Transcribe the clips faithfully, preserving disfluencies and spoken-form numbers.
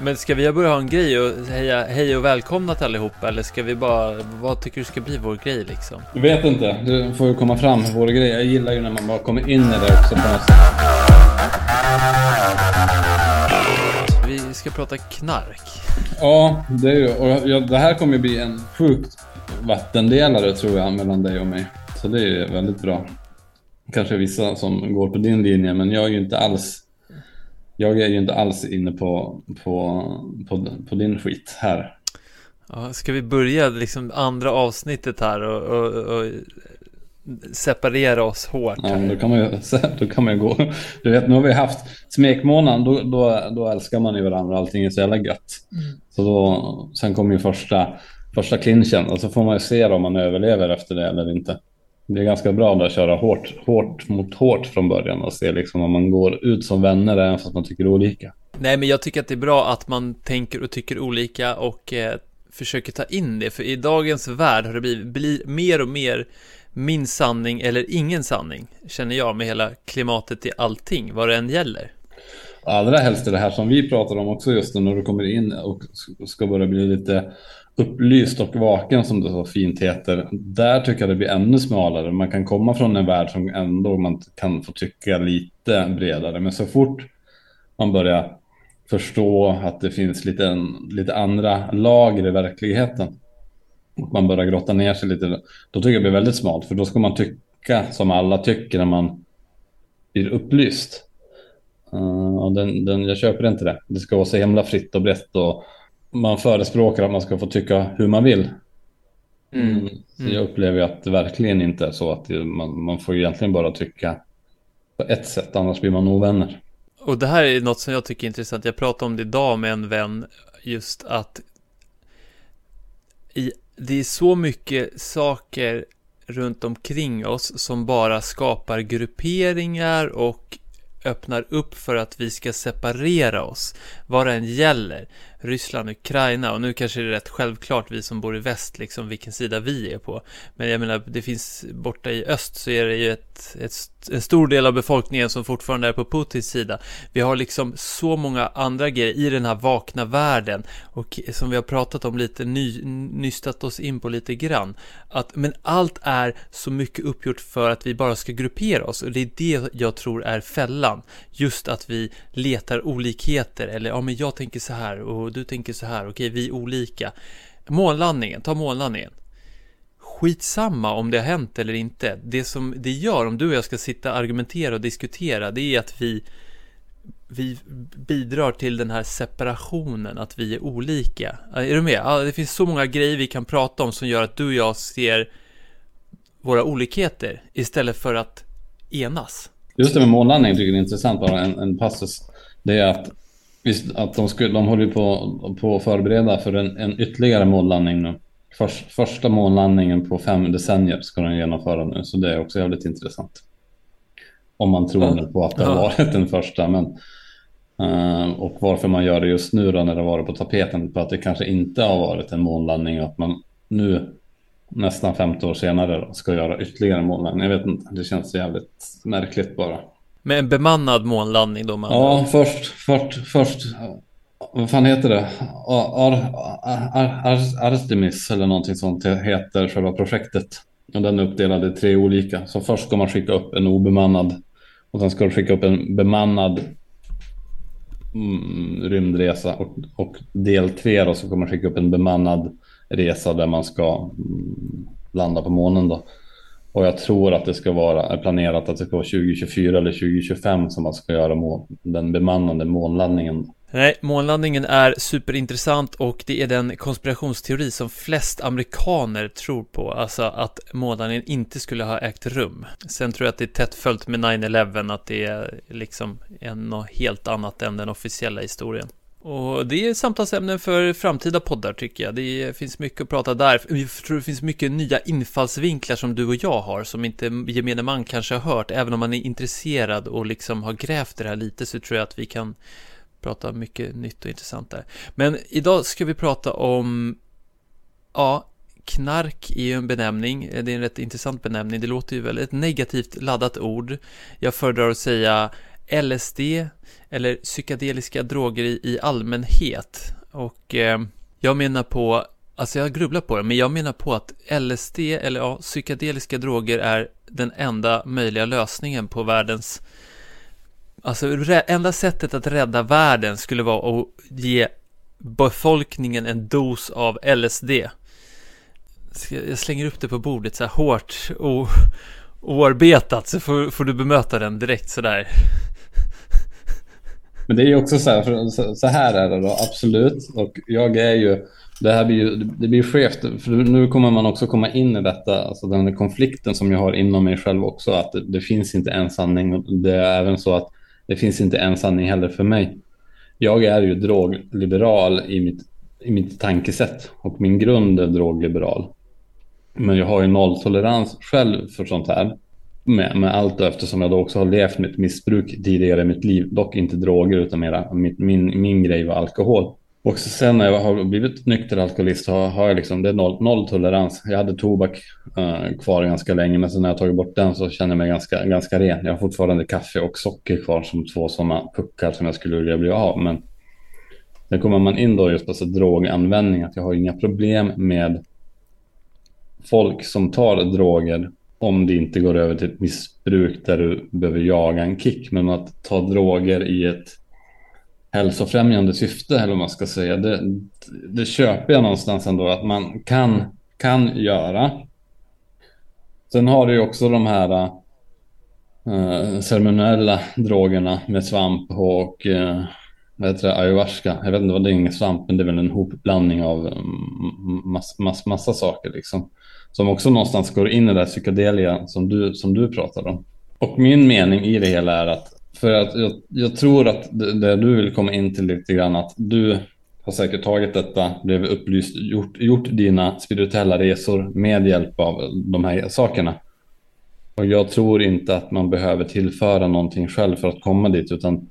Men ska vi börja ha en grej och heja, hej och välkomna till allihopa? Eller ska vi bara, vad tycker du ska bli vår grej liksom? Jag vet inte, det får ju komma fram vår grej. Jag gillar ju när man bara kommer in i det också på något sätt. Vi ska prata knark. Ja, det är ju, och jag, det här kommer ju bli en sjukt vattendelare tror jag mellan dig och mig. Så det är ju väldigt bra. Kanske vissa som går på din linje, men jag är ju inte alls Jag är ju inte alls inne på, på, på, på din skit här. Ja, ska vi börja liksom andra avsnittet här och, och, och separera oss hårt? Ja, då kan man ju, då kan man ju gå. Du vet, nu har vi haft smekmånaden, då, då, då älskar man ju varandra, allting är så jävla gött. Mm. Så då, sen kommer ju första, första clinchen och så får man ju se om man överlever efter det eller inte. Det är ganska bra att köra hårt, hårt mot hårt från början och se liksom om man går ut som vänner även fast man tycker olika. Nej, men jag tycker att det är bra att man tänker och tycker olika och eh, försöker ta in det. För i dagens värld har det blivit blir mer och mer min sanning eller ingen sanning, känner jag, med hela klimatet i allting, vad det än gäller. Allra helst är det här som vi pratar om också just när du kommer in och ska börja bli lite upplyst och vaken som det så fint heter. Där tycker jag det blir ännu smalare. Man kan komma från en värld som ändå man kan få tycka lite bredare. Men så fort man börjar förstå att det finns lite, lite andra lager i verkligheten och man börjar grotta ner sig lite, då tycker jag det blir väldigt smalt. För då ska man tycka som alla tycker när man blir upplyst. Uh, och den, den, jag köper inte det. Det ska vara så himla fritt och brett och man förespråkar att man ska få tycka hur man vill. Mm. Mm. Så jag upplever att det verkligen inte är så att man, man får egentligen bara tycka på ett sätt, annars blir man ovänner. Och det här är något som jag tycker är intressant. Jag pratade om det idag med en vän, just att i, det är så mycket saker runt omkring oss som bara skapar grupperingar och öppnar upp för att vi ska separera oss, vad det än gäller. Ryssland, Ukraina, och nu kanske det är rätt självklart vi som bor i väst liksom vilken sida vi är på, men jag menar det finns borta i öst så är det ju ett, ett, en stor del av befolkningen som fortfarande är på Putins sida. Vi har liksom så många andra grejer i den här vakna världen och som vi har pratat om lite, ny, nystat oss in på lite grann, att, men allt är så mycket uppgjort för att vi bara ska gruppera oss, och det är det jag tror är fällan, just att vi letar olikheter, eller ja men jag tänker så här och du tänker så här, okej vi är olika. Månlandningen, ta månlandningen. Skitsamma om det har hänt eller inte. Det som det gör om du och jag ska sitta, argumentera och diskutera, det är att vi vi bidrar till den här separationen, att vi är olika. Är du med? Ja, det finns så många grejer vi kan prata om som gör att du och jag ser våra olikheter istället för att enas. Just det med månlandning tycker jag är intressant, bara en, en passus. Det är att visst, att de, skulle, de håller på, på att förbereda för en, en ytterligare månlandning nu. Först, första månlandningen på fem decennier ska de genomföra nu. Så det är också jävligt intressant. Om man tror ja. på att det har varit den första. Men, uh, och varför man gör det just nu då när det varit på tapeten. På att det kanske inte har varit en månlandning. Och att man nu nästan femtio år senare då, ska göra ytterligare månlandning. Jag vet inte, det känns jävligt märkligt bara. Med en bemannad månlandning då? Man ja, först, först, först, vad fan heter det? Ar, ar, ar, Artemis eller någonting sånt heter själva projektet. Och den är uppdelad i tre olika. Så först ska man skicka upp en obemannad och sen ska man skicka upp en bemannad mm, rymdresa. Och, och del tre då så kommer man skicka upp en bemannad resa där man ska mm, landa på månen då. Och jag tror att det ska vara planerat att det ska vara tjugo tjugofyra eller tjugo tjugofem som man ska göra må- den bemannade månlandningen. Nej, månlandningen är superintressant och det är den konspirationsteori som flest amerikaner tror på. Alltså att månlandningen inte skulle ha ägt rum. Sen tror jag att det är tätt följt med nine eleven, att det är liksom något helt annat än den officiella historien. Och det är samtalsämnen för framtida poddar tycker jag. Det finns mycket att prata där. Jag tror det finns mycket nya infallsvinklar som du och jag har, som inte gemene man kanske har hört. Även om man är intresserad och liksom har grävt det här lite, så tror jag att vi kan prata mycket nytt och intressant där. Men idag ska vi prata om, ja, knark är ju en benämning. Det är en rätt intressant benämning. Det låter ju väl ett negativt laddat ord. Jag föredrar att säga L S D eller psykedeliska droger i, i allmänhet. Och eh, jag menar på, alltså jag grubblar på det, men jag menar på att L S D eller ja, psykedeliska droger är den enda möjliga lösningen på världens, alltså rä- enda sättet att rädda världen skulle vara att ge befolkningen en dos av L S D. Jag slänger upp det på bordet så här hårt och oarbetat, så får, får du bemöta den direkt sådär. Men det är ju också så här, för så här är det då, absolut. Och jag är ju, det här blir ju, det blir skevt, för nu kommer man också komma in i detta, alltså den här konflikten som jag har inom mig själv också, att det, det finns inte en sanning. Det är även så att det finns inte en sanning heller för mig. Jag är ju drogliberal i mitt, i mitt tankesätt, och min grund är drogliberal. Men jag har ju nolltolerans själv för sånt här. Med, med allt eftersom jag då också har levt med ett missbruk tidigare i mitt liv. Dock inte droger utan mera min, min, min grej var alkohol. Och så sen när jag har blivit nykter alkoholist har, har jag liksom, det är noll, nolltolerans. Jag hade tobak uh, kvar ganska länge, men sen när jag tagit bort den så känner jag mig ganska, ganska ren. Jag har fortfarande kaffe och socker kvar som två sådana puckar som jag skulle vilja bli av. Men där kommer man in då just på alltså, droganvändning. Att jag har inga problem med folk som tar droger om det inte går över till ett missbruk där du behöver jaga en kick. Men att ta droger i ett hälsofrämjande syfte, eller vad man ska säga, det, det köper jag någonstans ändå att man kan, kan göra. Sen har du ju också de här uh, ceremoniella drogerna med svamp och uh, vad heter det, ayahuasca. Jag vet inte vad det är, ingen svamp, men det är väl en hopblandning av um, mass, mass, massa saker liksom. Som också någonstans går in i det där psykedelia som du, som du pratar om. Och min mening i det hela är att, för att jag, jag tror att det, det du vill komma in till lite grann, att du har säkert tagit detta, blev upplyst, gjort, gjort dina spirituella resor med hjälp av de här sakerna. Och jag tror inte att man behöver tillföra någonting själv för att komma dit, utan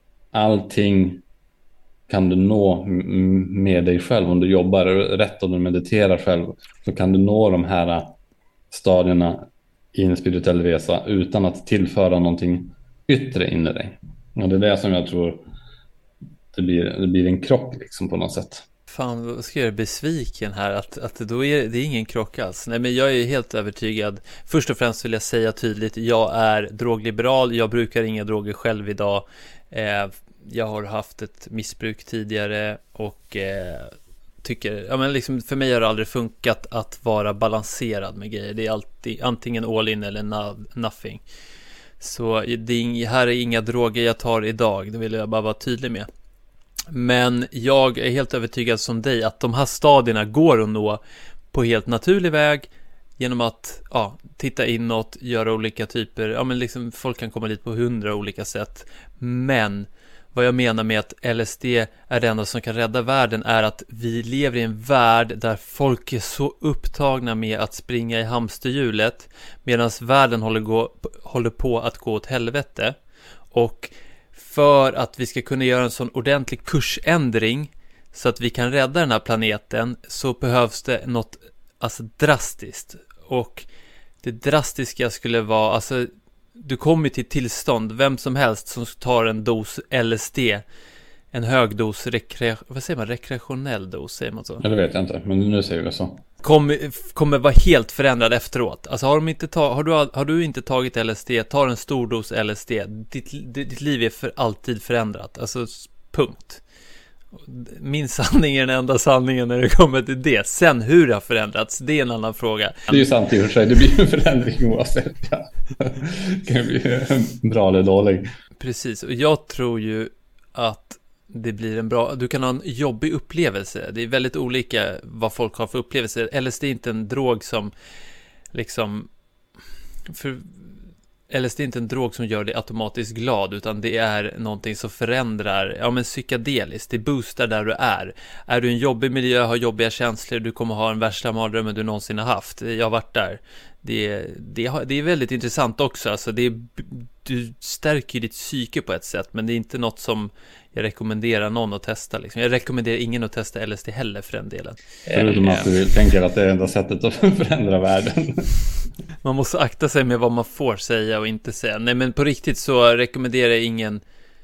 allting kan du nå med dig själv. Om du jobbar rätt och du mediterar själv, så kan du nå de här stadierna i en spirituell resa utan att tillföra någonting yttre in i dig. Och det är det som jag tror det blir, det blir en krock liksom på något sätt. Fan, vad ska jag göra besviken här att, att då är det är ingen krock alls. Nej, men jag är helt övertygad. Först och främst vill jag säga tydligt, jag är drogliberal, jag brukar inga droger själv idag. Eh, jag har haft ett missbruk tidigare och eh, tycker, ja men liksom för mig har det aldrig funkat att vara balanserad med grejer. Det är alltid antingen all in eller no, nothing. Så det är, här är inga droger jag tar idag, det vill jag bara vara tydlig med. Men jag är helt övertygad som dig att de här stadierna går att nå på helt naturlig väg genom att ja, titta inåt, göra olika typer, ja men liksom folk kan komma dit på hundra olika sätt. Men vad jag menar med att L S D är det enda som kan rädda världen är att vi lever i en värld där folk är så upptagna med att springa i hamsterhjulet medan världen håller, gå, håller på att gå åt helvete. Och för att vi ska kunna göra en sån ordentlig kursändring så att vi kan rädda den här planeten, så behövs det något alltså drastiskt. Och det drastiska skulle vara, alltså du kommer till tillstånd, vem som helst som tar en dos L S D, en hög dos rekre, vad säger man, rekreationell dos, säger man så? Ja, det vet jag inte, men nu säger vi så. Kommer, kommer vara helt förändrad efteråt. Alltså har, de inte ta, har, du, har du inte tagit L S D, tar en stor dos L S D, ditt, ditt liv är för alltid förändrat. Alltså punkt. Min sanning är den enda sanningen när det kommer till det. Sen hur det har förändrats, det är en annan fråga. Det är ju sant i och för sig, det blir en förändring oavsett. Ja. Det kan bli bra eller dålig. Precis, och jag tror ju att det blir en bra, du kan ha en jobbig upplevelse. Det är väldigt olika vad folk har för upplevelser. L S D är inte en drog som liksom för L S D är inte en drog som gör dig automatiskt glad, utan det är någonting som förändrar, ja men psykedeliskt, det boostar där du är. Är du i en jobbig miljö, har jobbiga känslor, du kommer ha en värsta mardrömmen du någonsin har haft. Jag har varit där. Det, det, det är väldigt intressant också, alltså det är, du stärker ditt psyke på ett sätt, men det är inte något som jag rekommenderar någon att testa liksom. Jag rekommenderar ingen att testa L S D heller för den delen. Förutom att du tänker att det är enda sättet att förändra världen. Man måste akta sig med vad man får säga och inte säga. Nej, men på riktigt så rekommenderar jag ingen...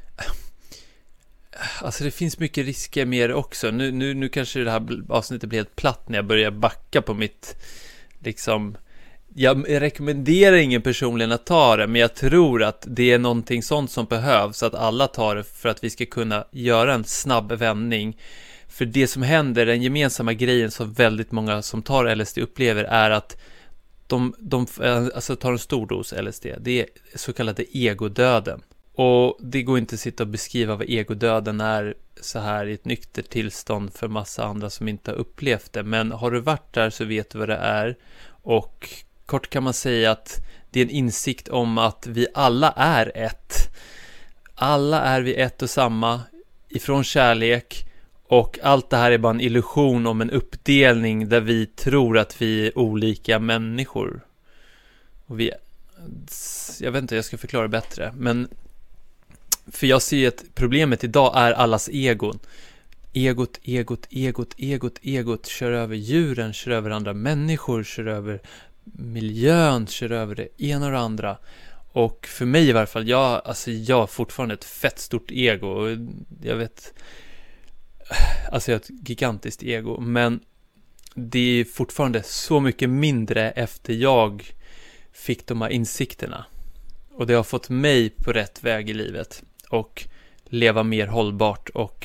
Alltså det finns mycket risker med det också. Nu, nu, nu kanske det här avsnittet blir helt platt när jag börjar backa på mitt... Liksom... Jag rekommenderar ingen personligen att ta det, men jag tror att det är någonting sånt som behövs, att alla tar det för att vi ska kunna göra en snabb vändning. För det som händer, den gemensamma grejen som väldigt många som tar L S D upplever, är att de, de alltså tar en stor dos L S D. Det är så kallade egodöden. Och det går inte att sitta och beskriva vad egodöden är så här i ett nyktert tillstånd för massa andra som inte har upplevt det. Men har du varit där så vet du vad det är. Och kort kan man säga att det är en insikt om att vi alla är ett. Alla är vi ett och samma ifrån kärlek. Och allt det här är bara en illusion om en uppdelning där vi tror att vi är olika människor. Och vi... Jag vet inte, jag ska förklara bättre. Men... För jag ser att problemet idag är allas egon. Egot, egot, egot, egot, egot kör över djuren, kör över andra människor, kör över miljön, kör över det ena och det andra. Och för mig i varje fall, jag, alltså jag har fortfarande ett fett stort ego. Och jag vet, alltså jag har ett gigantiskt ego. Men det är fortfarande så mycket mindre efter jag fick de här insikterna. Och det har fått mig på rätt väg i livet. Och leva mer hållbart och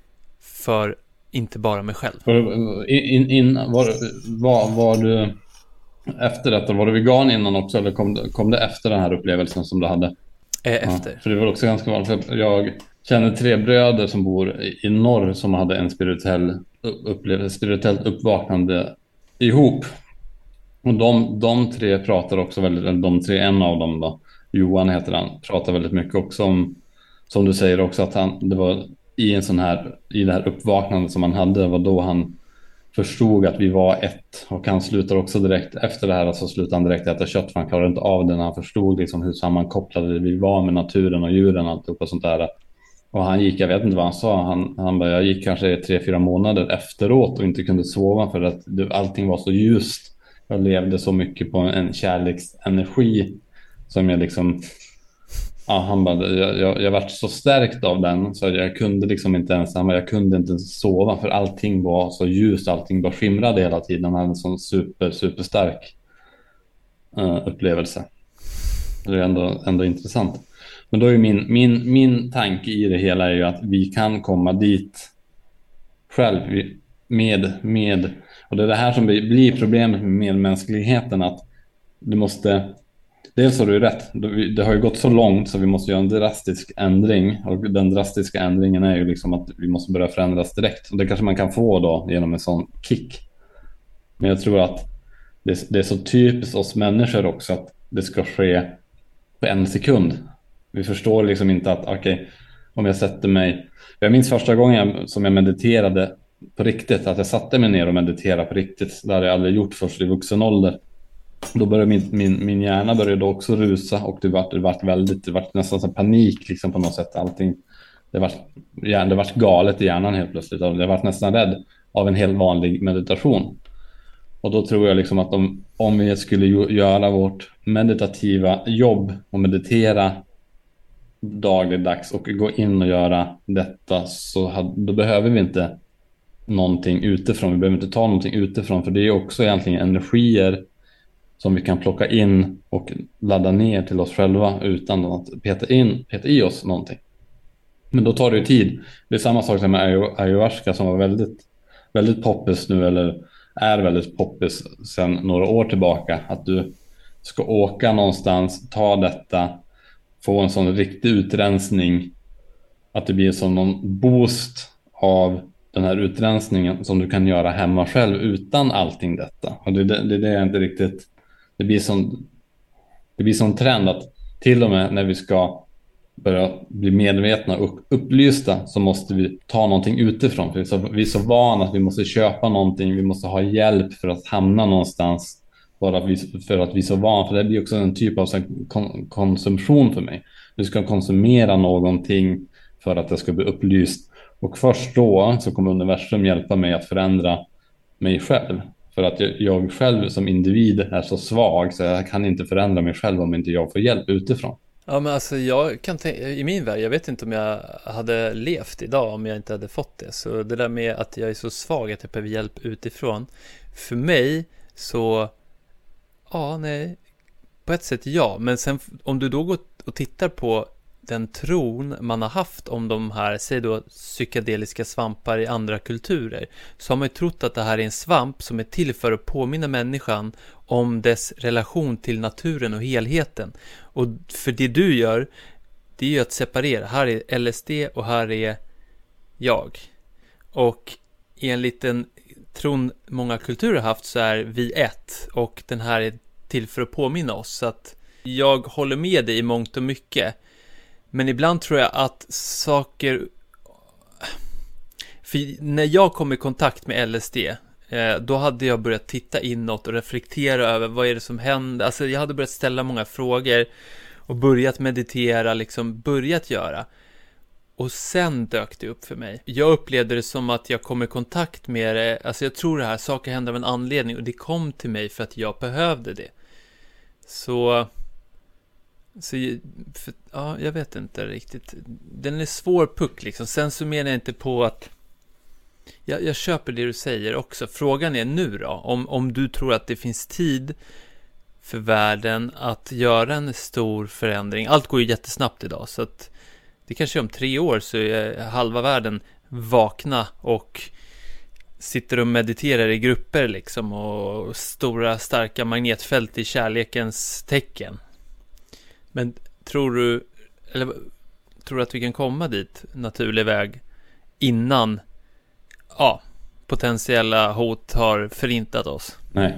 för inte bara mig själv. In, in, var, var, var du efter detta, var du vegan innan också, eller kom, kom det efter den här upplevelsen som du hade? Äh, efter. Ja, för det var också ganska vanligt. Jag känner tre bröder som bor i norr som hade en spirituell upplevelse, spirituellt uppvaknande ihop. Och de, de tre pratar också väldigt, eller de tre, en av dem då, Johan heter han, pratar väldigt mycket också om, som du säger också, att han, det var i en sån här, i det här uppvaknandet som han hade, var då han förstod att vi var ett. Och han slutar också direkt efter det här, alltså slutar han direkt äta kött, för han klarade inte av det när han förstod liksom hur sammankopplade vi var med naturen och djuren och allt och sånt där. Och han gick, jag vet inte vad han sa, han, han bara, jag gick kanske tre, fyra månader efteråt och inte kunde sova för att det, allting var så ljust. Jag levde så mycket på en kärleksenergi som jag liksom, ja, han bara, jag, jag, jag var så stärkt av den så jag kunde liksom inte ens, han bara, jag kunde inte sova för allting var så ljust, allting bara skimrade hela tiden. Han hade en sån super, super stark uh, upplevelse. Det är ändå, ändå intressant. Men då är min, min, min tanke i det hela är ju att vi kan komma dit själv med, med, och det är det här som blir problemet med medmänskligheten, att det måste, dels har du ju rätt, det har ju gått så långt så vi måste göra en drastisk ändring, och den drastiska ändringen är ju liksom att vi måste börja förändras direkt, och det kanske man kan få då genom en sån kick. Men jag tror att det, det är så typiskt oss människor också att det ska ske på en sekund. Vi förstår liksom inte att okej, okay, om jag sätter mig, jag minns första gången som jag mediterade på riktigt, att jag satte mig ner och mediterade på riktigt, det hade jag aldrig gjort först i vuxen ålder. Då började min, min, min hjärna började också rusa, och det var, det var väldigt, det var nästan som panik liksom på något sätt. Allting, det var, det var galet i hjärnan helt plötsligt, och jag var nästan rädd av en helt vanlig meditation. Och då tror jag liksom att om, om vi skulle göra vårt meditativa jobb och meditera dagligdags och gå in och göra detta, så hade, då behöver vi inte någonting utifrån. Vi behöver inte ta någonting utifrån, för det är också egentligen energier som vi kan plocka in och ladda ner till oss själva utan att peta, in, peta i oss någonting. Men då tar det ju tid. Det är samma sak som med ayahuasca som var väldigt, väldigt poppis nu, eller är väldigt poppis sedan några år tillbaka. Att du ska åka någonstans, ta detta, få en sån riktig utrensning, att det blir som någon boost av den här utrensningen som du kan göra hemma själv utan allting detta. Och det, det, det är det jag inte riktigt, det blir sån, det blir sån trend att till och med när vi ska börja bli medvetna och upplysta så måste vi ta någonting utifrån. För vi är så, vi är så vana att vi måste köpa någonting, vi måste ha hjälp för att hamna någonstans, bara vi, för att vi är så vana. För det blir också en typ av så kon- konsumtion för mig. Du ska konsumera någonting för att det ska bli upplyst. Och först då så kommer universum hjälpa mig att förändra mig själv. För För att jag, jag själv som individ är så svag så jag kan inte förändra mig själv om inte jag får hjälp utifrån. Ja, men alltså jag kan tänka, i min värld, jag vet inte om jag hade levt idag om jag inte hade fått det. Så det där med att jag är så svag att jag behöver hjälp utifrån. För mig så, ja, nej, på ett sätt ja. Men sen om du då går och tittar på den tron man har haft om de här, säg då psykedeliska svampar i andra kulturer, så har man ju trott att det här är en svamp som är till för att påminna människan om dess relation till naturen och helheten. Och för det du gör, det är ju att separera. Här är L S D och här är jag. Och enligt den tron många kulturer har haft så är vi ett. Och den här är till för att påminna oss. Så att jag håller med dig i mångt och mycket. Men ibland tror jag att saker... För när jag kom i kontakt med L S D, då hade jag börjat titta inåt och reflektera över vad är det som händer. Alltså jag hade börjat ställa många frågor och börjat meditera, liksom börjat göra. Och sen dök det upp för mig. Jag upplevde det som att jag kom i kontakt med det. Alltså jag tror det här, saker händer av en anledning och det kom till mig för att jag behövde det. Så... Så, för, ja, jag vet inte riktigt. Den är svår puck liksom. Sen så menar jag inte på att jag, jag köper det du säger också. Frågan är nu då, om, om du tror att det finns tid för världen att göra en stor förändring. Allt går ju jättesnabbt idag, så att det kanske är om tre år så är halva världen vakna och sitter och mediterar i grupper liksom, och stora starka magnetfält i kärlekens tecken. Men tror du, eller tror du att vi kan komma dit naturlig väg innan ja, potentiella hot har förintat oss? Nej.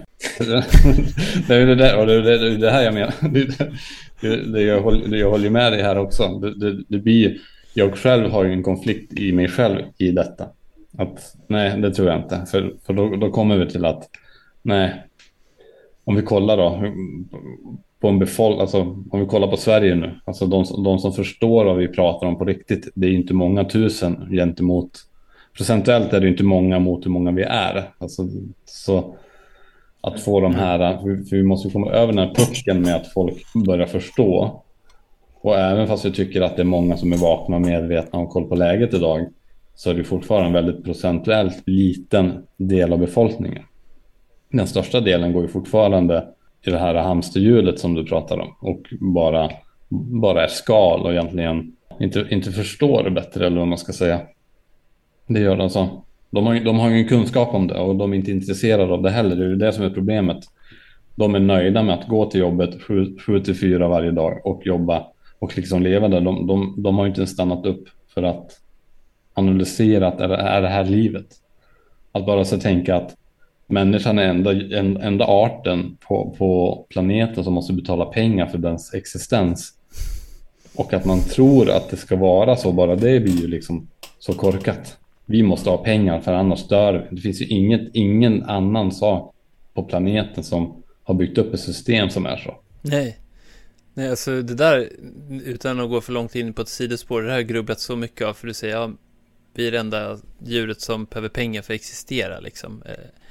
Det är det där, och det är det, det här jag menar. Det, det, det, jag, håller, det jag håller med dig här också. Det, det, det blir, jag själv har ju en konflikt i mig själv i detta. Att, nej, det tror jag inte. För, för då, då kommer vi till att, nej, om vi kollar då på en befolkning, alltså om vi kollar på Sverige nu, alltså de, de som förstår vad vi pratar om på riktigt, det är inte många tusen gentemot, procentuellt är det inte många mot hur många vi är. Alltså, så att få de här, för vi måste komma över den här pucken med att folk börjar förstå. Och även fast vi tycker att det är många som är vakna och medvetna och koll på läget idag, så är det fortfarande en väldigt procentuellt liten del av befolkningen. Den största delen går ju fortfarande i det här hamsterhjulet som du pratar om och bara, bara är skal och egentligen inte, inte förstår det bättre, eller vad man ska säga. Det gör de så. De har, de har ju en kunskap om det och de är inte intresserade av det heller. Det är ju det som är problemet. De är nöjda med att gå till jobbet sju till fyra varje dag och jobba och liksom leva där. De, de, de har ju inte stannat upp för att analysera att är det, är det här livet. Att bara så tänka att människan är enda, en, enda arten på, på planeten som måste betala pengar för dens existens. Och att man tror att det ska vara så, bara det blir ju liksom så korkat. Vi måste ha pengar för annars dör vi. Det finns ju inget, ingen annan sak på planeten som har byggt upp ett system som är så. Nej. Nej, alltså det där, utan att gå för långt in på ett sidospår, det här har grubblat så mycket av, för du säger, ja, vi är det enda djuret som behöver pengar för att existera liksom.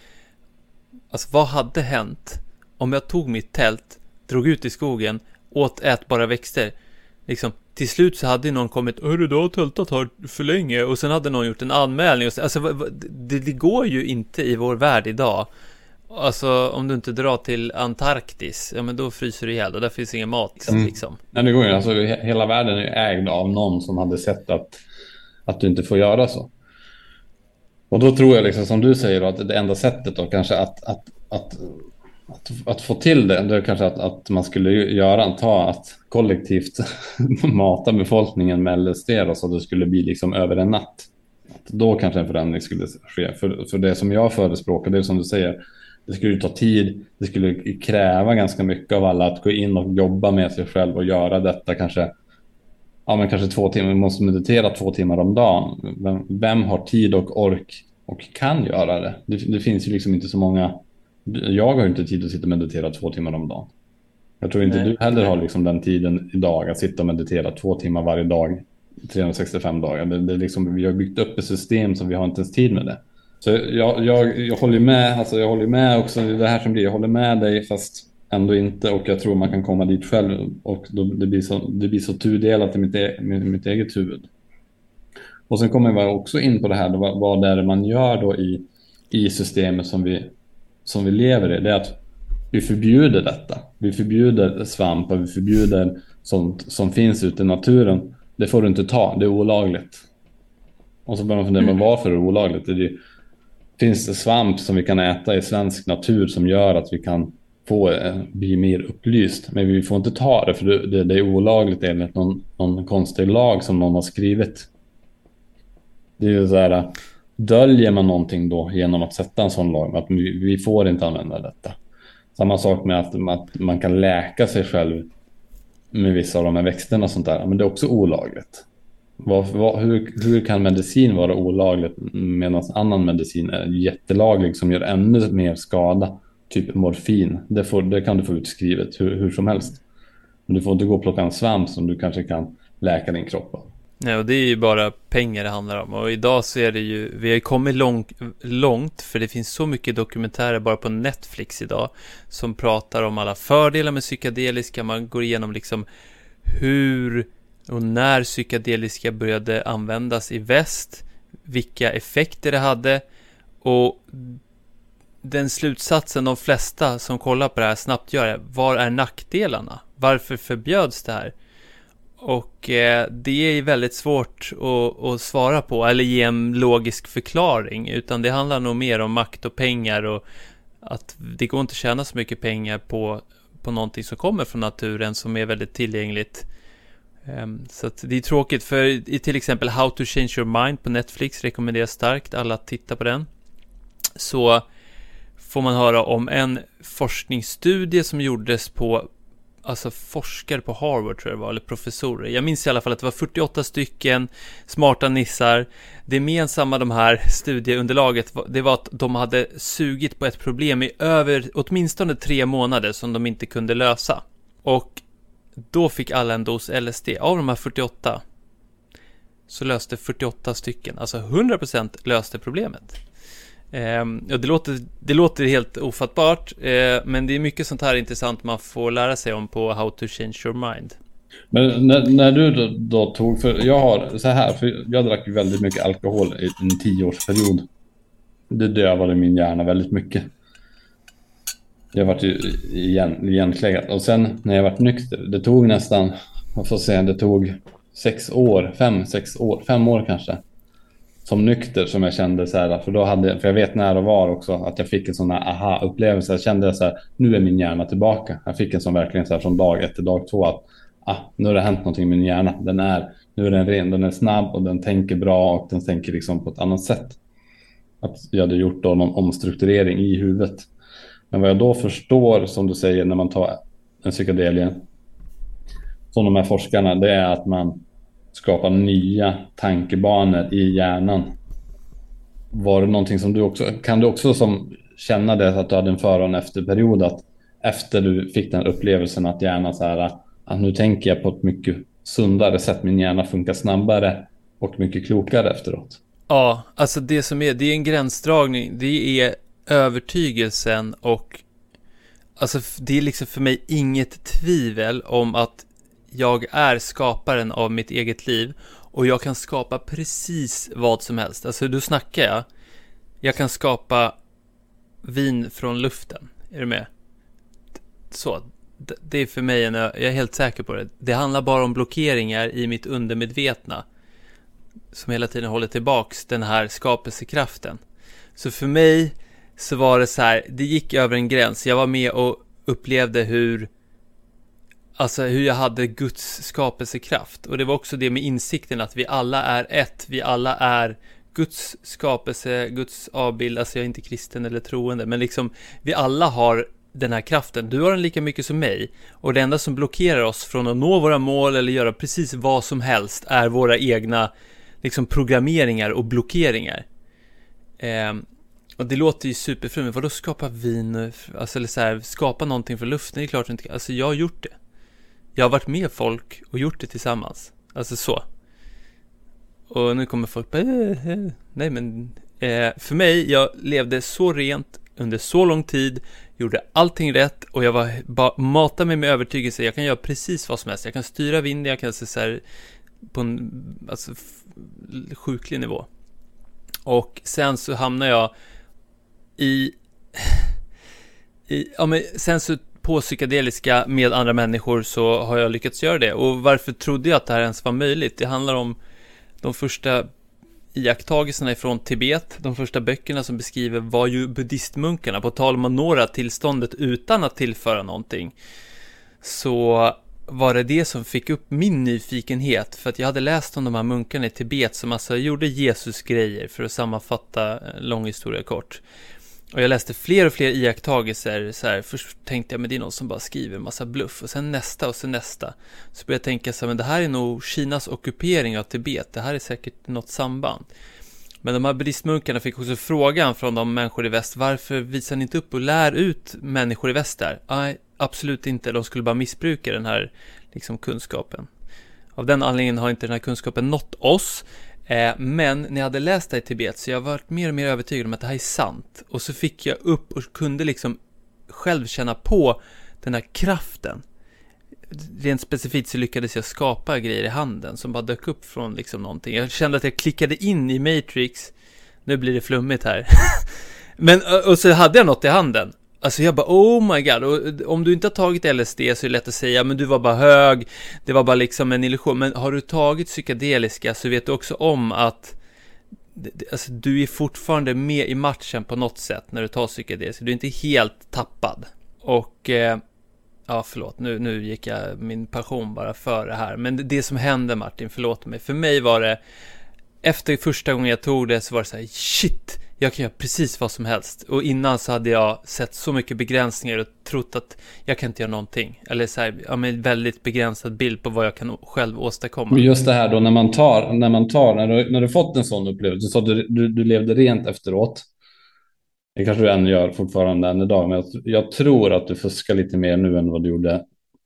Alltså vad hade hänt om jag tog mitt tält, drog ut i skogen, åt ätbara växter liksom, till slut så hade någon kommit, hörru, du har tältat här för länge, och sen hade någon gjort en anmälning och så, alltså det, det går ju inte i vår värld idag. Alltså om du inte drar till Antarktis, ja men då fryser du ihjäl och där finns ingen mat mm. liksom. Nej, det går ju, alltså hela världen är ju ägd av någon som hade sett att, att du inte får göra så. Och då tror jag liksom som du säger då, att det enda sättet då kanske att, att, att, att, att få till det, det är kanske att, att man skulle göra, ta att kollektivt mata befolkningen med L S D då, så att det skulle bli liksom över en natt. Då kanske en förändring skulle ske. För, för det som jag förespråkar, det är som du säger, det skulle ta tid, det skulle kräva ganska mycket av alla att gå in och jobba med sig själv och göra detta kanske, ja men kanske två timmar, vi måste meditera två timmar om dagen. Vem, vem har tid och ork och kan göra det? det? Det finns ju liksom inte så många, jag har inte tid att sitta och meditera två timmar om dagen. Jag tror inte Nej. Du heller har liksom den tiden idag att sitta och meditera två timmar varje dag, trehundrasextiofem dagar. Det, det är liksom, vi har byggt upp ett system som vi har inte ens tid med det. Så jag, jag, jag håller med, alltså jag håller med också, det här som blir, jag håller med dig fast ändå inte, och jag tror man kan komma dit själv, och då, det, blir så, det blir så tudelat i mitt, e, mitt eget huvud. Och sen kommer vi också in på det här, då, vad, vad det är man gör då i, i systemet som vi, som vi lever i, det är att vi förbjuder detta. Vi förbjuder svampar, vi förbjuder sånt som finns ute i naturen. Det får du inte ta, det är olagligt. Och så börjar man fundera, mm. varför är det olagligt? Det är, finns det svamp som vi kan äta i svensk natur som gör att vi kan få bli mer upplyst? Men vi får inte ta det, för det, det är olagligt enligt någon, någon konstig lag som någon har skrivit. Det är ju så här, döljer man någonting då genom att sätta en sån lag, att vi, vi får inte använda detta. Samma sak med att, att man kan läka sig själv med vissa av de här växterna och sånt där, men det är också olagligt. Vad, vad, hur, hur kan medicin vara olagligt medan annan medicin är jättelaglig som gör ännu mer skada? Typ morfin, det, får, det kan du få utskrivet hur, hur som helst. Men du får inte gå och plocka en svamp som du kanske kan läka din kropp av. Nej, och det är ju bara pengar det handlar om. Och idag så är det ju, vi har kommit långt, långt för det finns så mycket dokumentärer bara på Netflix idag som pratar om alla fördelar med psykedeliska. Man går igenom liksom hur och när psykedeliska började användas i väst, vilka effekter det hade, och den slutsatsen de flesta som kollar på det här snabbt gör är: var är nackdelarna? Varför förbjöds det här? Och eh, det är väldigt svårt att, att svara på eller ge en logisk förklaring, utan det handlar nog mer om makt och pengar, och att det går inte att tjäna så mycket pengar på, på någonting som kommer från naturen som är väldigt tillgängligt. Um, så att det är tråkigt, för i till exempel How to Change Your Mind på Netflix rekommenderar starkt alla att titta på den. Så får man höra om en forskningsstudie som gjordes på, alltså forskare på Harvard tror jag det var, eller professorer. Jag minns i alla fall att det var fyrtioåtta stycken smarta nissar. Det gemensamma de här studieunderlaget, det var att de hade sugit på ett problem i över åtminstone tre månader som de inte kunde lösa. Och då fick alla en dos L S D. Av de här fyrtioåtta så löste fyrtioåtta stycken, alltså hundra procent löste problemet. Eh, och det låter, det låter helt ofattbart, eh, men det är mycket sånt här intressant man får lära sig om på How to Change Your Mind. Men när, när du då, då tog, för jag har så här, för jag drack ju väldigt mycket alkohol i en tioårsperiod. Det dövade min hjärna väldigt mycket. Jag varit ju igen, igenkläggat. Och sen när jag varit nykter, det tog nästan, jag får säga, det tog sex år, fem, sex år, fem år kanske. Som nykter som jag kände så här, för då hade, för jag vet när det var också att jag fick en sån här aha-upplevelse. Jag kände så här, nu är min hjärna tillbaka. Jag fick en sån verkligen så här från dag ett till dag två att ah, nu har det hänt någonting med min hjärna. Den är, nu är den ren, den är snabb och den tänker bra och den tänker liksom på ett annat sätt. Att jag hade gjort då någon omstrukturering i huvudet. Men vad jag då förstår, som du säger, när man tar en psykedelie som de här forskarna, det är att man skapar nya tankebanor i hjärnan. Var det någonting som du också, kan du också som känna det, att du hade en före- och en efterperiod, att efter du fick den upplevelsen att hjärnan så här, att nu tänker jag på ett mycket sundare sätt, min hjärna funkar snabbare och mycket klokare efteråt? Ja, alltså det som är, det är en gränsdragning, det är övertygelsen, och alltså det är liksom för mig inget tvivel om att jag är skaparen av mitt eget liv och jag kan skapa precis vad som helst. Alltså då snackar jag, jag kan skapa vin från luften, är du med? Så, det är för mig en, jag är helt säker på det. Det handlar bara om blockeringar i mitt undermedvetna som hela tiden håller tillbaks den här skapelsekraften. Så för mig så var det så här, det gick över en gräns. Jag var med och upplevde hur, alltså hur jag hade Guds skapelsekraft. Och det var också det med insikten att vi alla är ett. Vi alla är Guds skapelse, Guds avbild. Alltså jag är inte kristen eller troende, men liksom vi alla har den här kraften. Du har den lika mycket som mig. Och det enda som blockerar oss från att nå våra mål eller göra precis vad som helst är våra egna liksom programmeringar och blockeringar. Ehm Och det låter ju superfrumt, men vadå skapa vin, alltså eller så här, skapa någonting för luften, det är klart inte. Alltså jag har gjort det. Jag har varit med folk och gjort det tillsammans. Alltså så. Och nu kommer folk bara, äh, äh. nej men Eh, för mig, jag levde så rent under så lång tid, gjorde allting rätt och jag var bara matade mig med övertygelse. Jag kan göra precis vad som helst. Jag kan styra vinden, jag kan se så här på en alltså, f- sjuklig nivå. Och sen så hamnar jag i, i ja, men sen så på psykedeliska med andra människor så har jag lyckats göra det. Och varför trodde jag att det här ens var möjligt? Det handlar om de första iakttagelserna ifrån Tibet. De första böckerna som beskriver var ju buddhistmunkarna, på tal om att några tillståndet utan att tillföra någonting. Så var det det som fick upp min nyfikenhet, för att jag hade läst om de här munkarna i Tibet som alltså gjorde Jesus grejer, för att sammanfatta en lång historia kort. Och jag läste fler och fler iakttagelser så här. Först tänkte jag, men det är någon som bara skriver en massa bluff. Och sen nästa och sen nästa. Så började jag tänka så här, men det här är nog Kinas ockupering av Tibet. Det här är säkert något samband. Men de här buddhistmunkarna fick också frågan från de människor i väst: varför visar ni inte upp och lär ut människor i väst där? Nej, absolut inte. De skulle bara missbruka den här liksom, kunskapen. Av den anledningen har inte den här kunskapen nått oss. Eh, men när jag hade läst det i Tibet så jag varit mer och mer övertygad om att det här är sant. Och så fick jag upp och kunde liksom själv känna på den här kraften. Rent specifikt så lyckades jag skapa grejer i handen som bara dök upp från liksom någonting. Jag kände att jag klickade in i Matrix. Nu blir det flummigt här. Men, och så hade jag något i handen. Alltså jag bara, oh my god. Och om du inte har tagit L S D så är det lätt att säga, men du var bara hög. Det var bara liksom en illusion. Men har du tagit psykedeliska så vet du också om att alltså, du är fortfarande med i matchen på något sätt när du tar psykedeliska. Du är inte helt tappad. Och eh, ja, förlåt. Nu, nu gick jag min passion bara för det här. Men det, det som hände, Martin, förlåt mig. För mig var det, efter första gången jag tog det så var det så här, shit, jag kan göra precis vad som helst. Och innan så hade jag sett så mycket begränsningar och trott att jag kan inte göra någonting. Eller så här, ja, men väldigt begränsad bild på vad jag kan själv åstadkomma. Och just det här då, när man tar, när man tar, när du, när du fått en sån upplevelse, så du, du, du levde rent efteråt. Det kanske du än gör fortfarande än idag, men jag, jag tror att du fuskar lite mer nu än vad du gjorde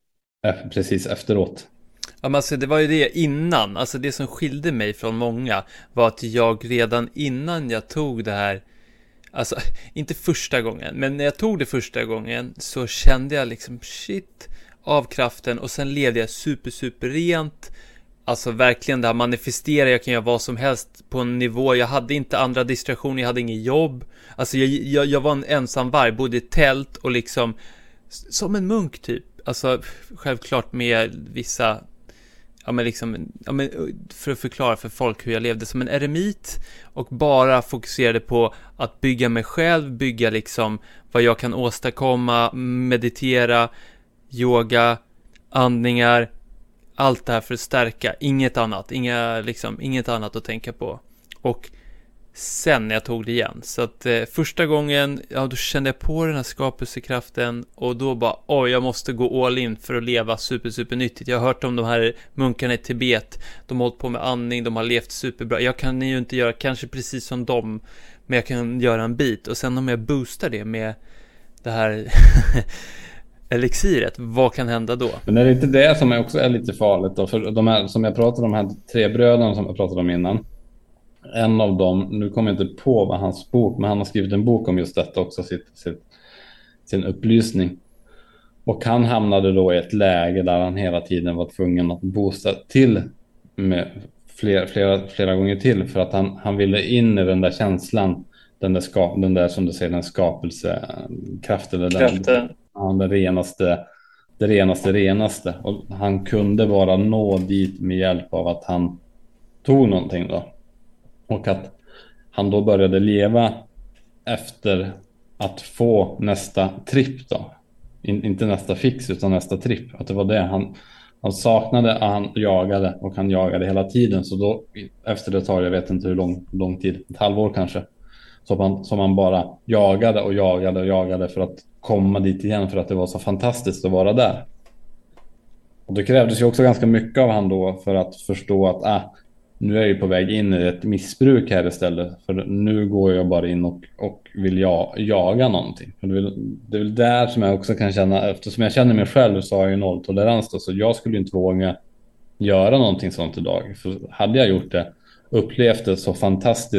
precis efteråt. Ja, men alltså det var ju det innan. Alltså det som skilde mig från många var att jag redan innan jag tog det här, alltså inte första gången, men när jag tog det första gången så kände jag liksom shit av kraften, och sen levde jag super super rent. Alltså verkligen det här manifestera, jag kan göra vad som helst på en nivå. Jag hade inte andra distraktioner, jag hade ingen jobb. Alltså jag, jag, jag var en ensam varg, bodde i tält och liksom som en munk typ. Alltså självklart med vissa, ja men liksom, ja men för att förklara för folk hur jag levde som en eremit och bara fokuserade på att bygga mig själv, bygga liksom vad jag kan åstadkomma, meditera, yoga, andningar, allt det här för att stärka, inget annat, inga, liksom, inget annat att tänka på. Och sen när jag tog det igen, så att eh, första gången, ja då kände jag på den här skapelsekraften och då bara, oj jag måste gå all in för att leva super super nyttigt. Jag har hört om de här munkarna i Tibet, de har hållit på med andning, de har levt superbra. Jag kan ju inte göra kanske precis som dem, men jag kan göra en bit, och sen om jag boostar det med det här elixiret, vad kan hända då? Men är det inte det som är också är lite farligt då? För de här som jag pratade om, de här tre bröderna som jag pratade om innan, en av dem, nu kommer jag inte på vad hans bok, men han har skrivit en bok om just detta också, sitt, sitt, sin upplysning. Och han hamnade då i ett läge där han hela tiden var tvungen att boosta till med flera, flera, flera gånger till, för att han, han ville in i den där känslan, den där, skap, den där som du säger, den skapelsekraften, den, den, den renaste, det renaste, renaste. Och han kunde bara nå dit med hjälp av att han tog någonting då. Och att han då började leva efter att få nästa tripp då. In, inte nästa fix utan nästa tripp. Att det var det han, han saknade, han jagade och han jagade hela tiden. Så då efter det tar jag vet inte hur lång, lång tid, ett halvår kanske. Så man, som man bara jagade och jagade och jagade för att komma dit igen, för att det var så fantastiskt att vara där. Och det krävdes ju också ganska mycket av han då för att förstå att ah, nu är jag ju på väg in i ett missbruk här istället. För nu går jag bara in och, och vill jag, jaga någonting. För det, är, det är väl där som jag också kan känna, eftersom jag känner mig själv så har jag ju nolltolerans då, så jag skulle inte våga göra någonting sånt idag. För hade jag gjort det, upplevt det så fantastiskt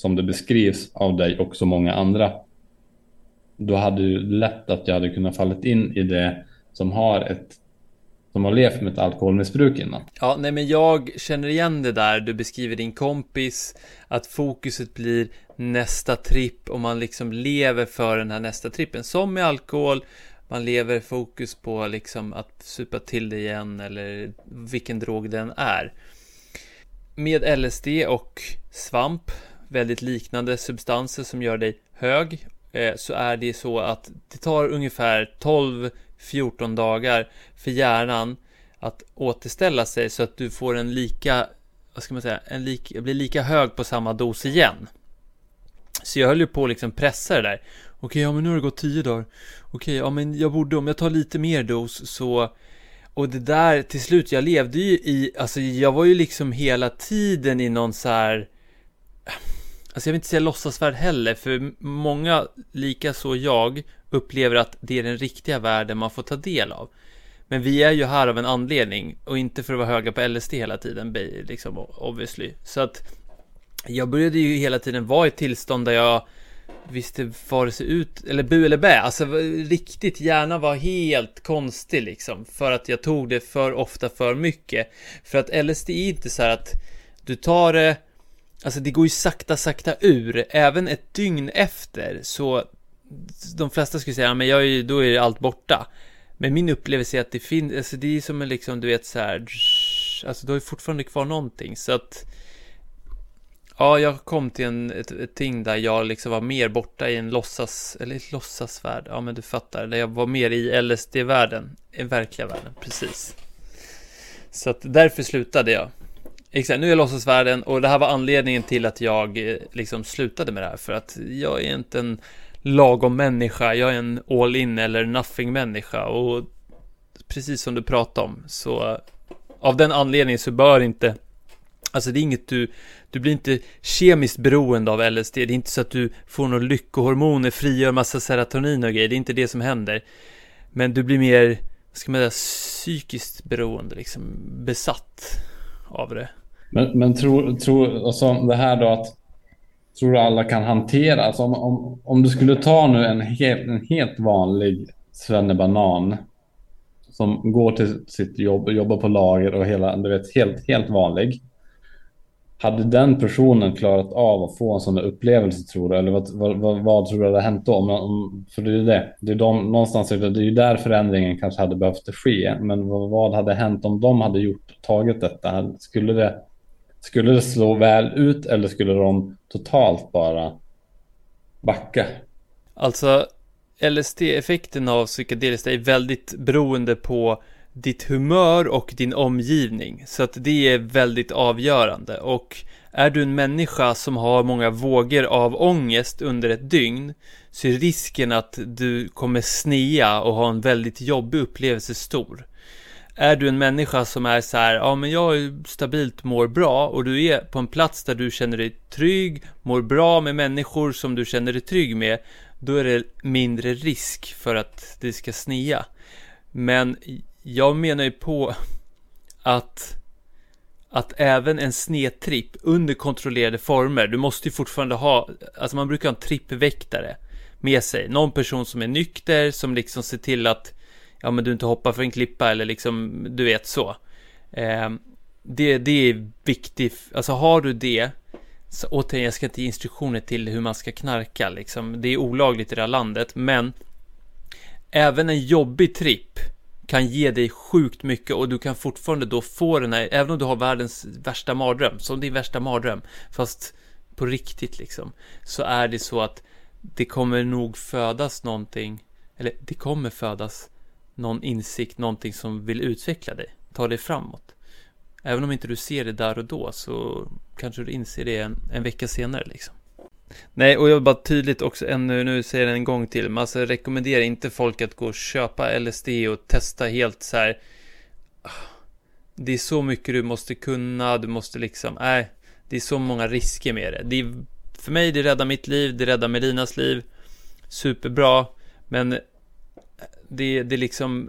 som det beskrivs av dig och så många andra, då hade ju lätt att jag hade kunnat fallit in i det som har ett som har levt med ett alkoholmissbruk innan. Ja, nej men jag känner igen det där. Du beskriver din kompis, att fokuset blir nästa tripp och man liksom lever för den här nästa trippen. Som med alkohol, man lever fokus på liksom att supa till det igen eller vilken drog den är. Med L S D och svamp, väldigt liknande substanser som gör dig hög, så är det så att det tar ungefär tolv fjorton dagar för hjärnan att återställa sig så att du får en lika, vad ska man säga, en lika, blir lika hög på samma dos igen. Så jag höll ju på att liksom pressa det där. Okej, ja men nu har det gått tio dagar. Okej, ja men jag borde, om jag tar lite mer dos så... Och det där, till slut, jag levde ju i, alltså jag var ju liksom hela tiden i någon så här... Alltså jag vill inte säga låtsasvärld heller, för många, lika så jag, upplever att det är den riktiga världen man får ta del av. Men vi är ju här av en anledning, och inte för att vara höga på L S D hela tiden, liksom, obviously. Så att jag började ju hela tiden vara i ett tillstånd där jag visste vad det ser ut, eller bu eller bä. Alltså riktigt, hjärna var helt konstig liksom, för att jag tog det för ofta för mycket. För att L S D är inte så här att du tar det, alltså det går ju sakta sakta ur. Även ett dygn efter, så de flesta skulle säga, men jag är, då är allt borta. Men min upplevelse är att det finns, alltså det är som en liksom, du vet så här, alltså du har ju fortfarande kvar någonting. Så att ja, jag kom till en, ett, ett ting där jag liksom var mer borta i en låtsas, eller ett låtsasvärld. Ja, men du fattar, där jag var mer i L S D-världen, i verkliga världen, precis. Så att därför slutade jag. Exakt, nu är jag låtsasvärlden, och det här var anledningen till att jag liksom slutade med det här. För att jag är inte en lagom människa, jag är en all in eller nothing människa. Och precis som du pratade om, så av den anledningen så bör inte, alltså det är inget du, du blir inte kemiskt beroende av L S D. Det är inte så att du får några lyckohormoner, frigör massa serotonin och grejer. Det är inte det som händer. Men du blir mer, vad ska man säga, psykiskt beroende, liksom besatt av det. Men, men tror, tror alltså det här då, att tror du alla kan hantera, alltså om, om, om du skulle ta nu en helt, en helt vanlig svennebanan som går till sitt jobb, jobbar på lager och hela, du vet, helt, helt vanlig. Hade den personen klarat av att få en sån där upplevelse, tror du? Eller vad, vad, vad, vad tror du hade hänt då? Om, om, för det är ju det. Det är de, någonstans, det är ju där förändringen kanske hade behövt ske. Men vad, vad hade hänt om de hade gjort, tagit detta? Skulle det, skulle det slå väl ut, eller skulle de totalt bara backa? Alltså, L S D-effekten av psykedeliskt är väldigt beroende på ditt humör och din omgivning. Så att det är väldigt avgörande. Och är du en människa som har många vågor av ångest under ett dygn, så är risken att du kommer snea och ha en väldigt jobbig upplevelse stor. Är du en människa som är så här, ja men jag stabilt mår bra, och du är på en plats där du känner dig trygg, mår bra med människor som du känner dig trygg med, då är det mindre risk för att det ska snea. Men jag menar ju på att att även en snedtripp under kontrollerade former, du måste ju fortfarande ha, alltså man brukar ha en trippväktare med sig, någon person som är nykter, som liksom ser till att ja men du inte hoppar för en klippa, eller liksom du vet så. Eh, det, det är viktigt, alltså har du det, så återigen, jag ska inte ge instruktioner till hur man ska knarka liksom, det är olagligt i det här landet, men även en jobbig tripp kan ge dig sjukt mycket, och du kan fortfarande då få den här, även om du har världens värsta mardröm, som din värsta mardröm, fast på riktigt liksom, så är det så att det kommer nog födas någonting, eller det kommer födas någon insikt, någonting som vill utveckla dig, ta dig framåt. Även om inte du ser det där och då, så kanske du inser det en, en vecka senare liksom. Nej, och jag vill bara tydligt också ännu, nu säger jag en gång till, men alltså rekommenderar inte folk att gå och köpa L S D och testa helt så här. Det är så mycket du måste kunna, du måste liksom, nej, det är så många risker med det. Det är, för mig, det räddar mitt liv, det räddar Melinas liv, superbra, men det, det är liksom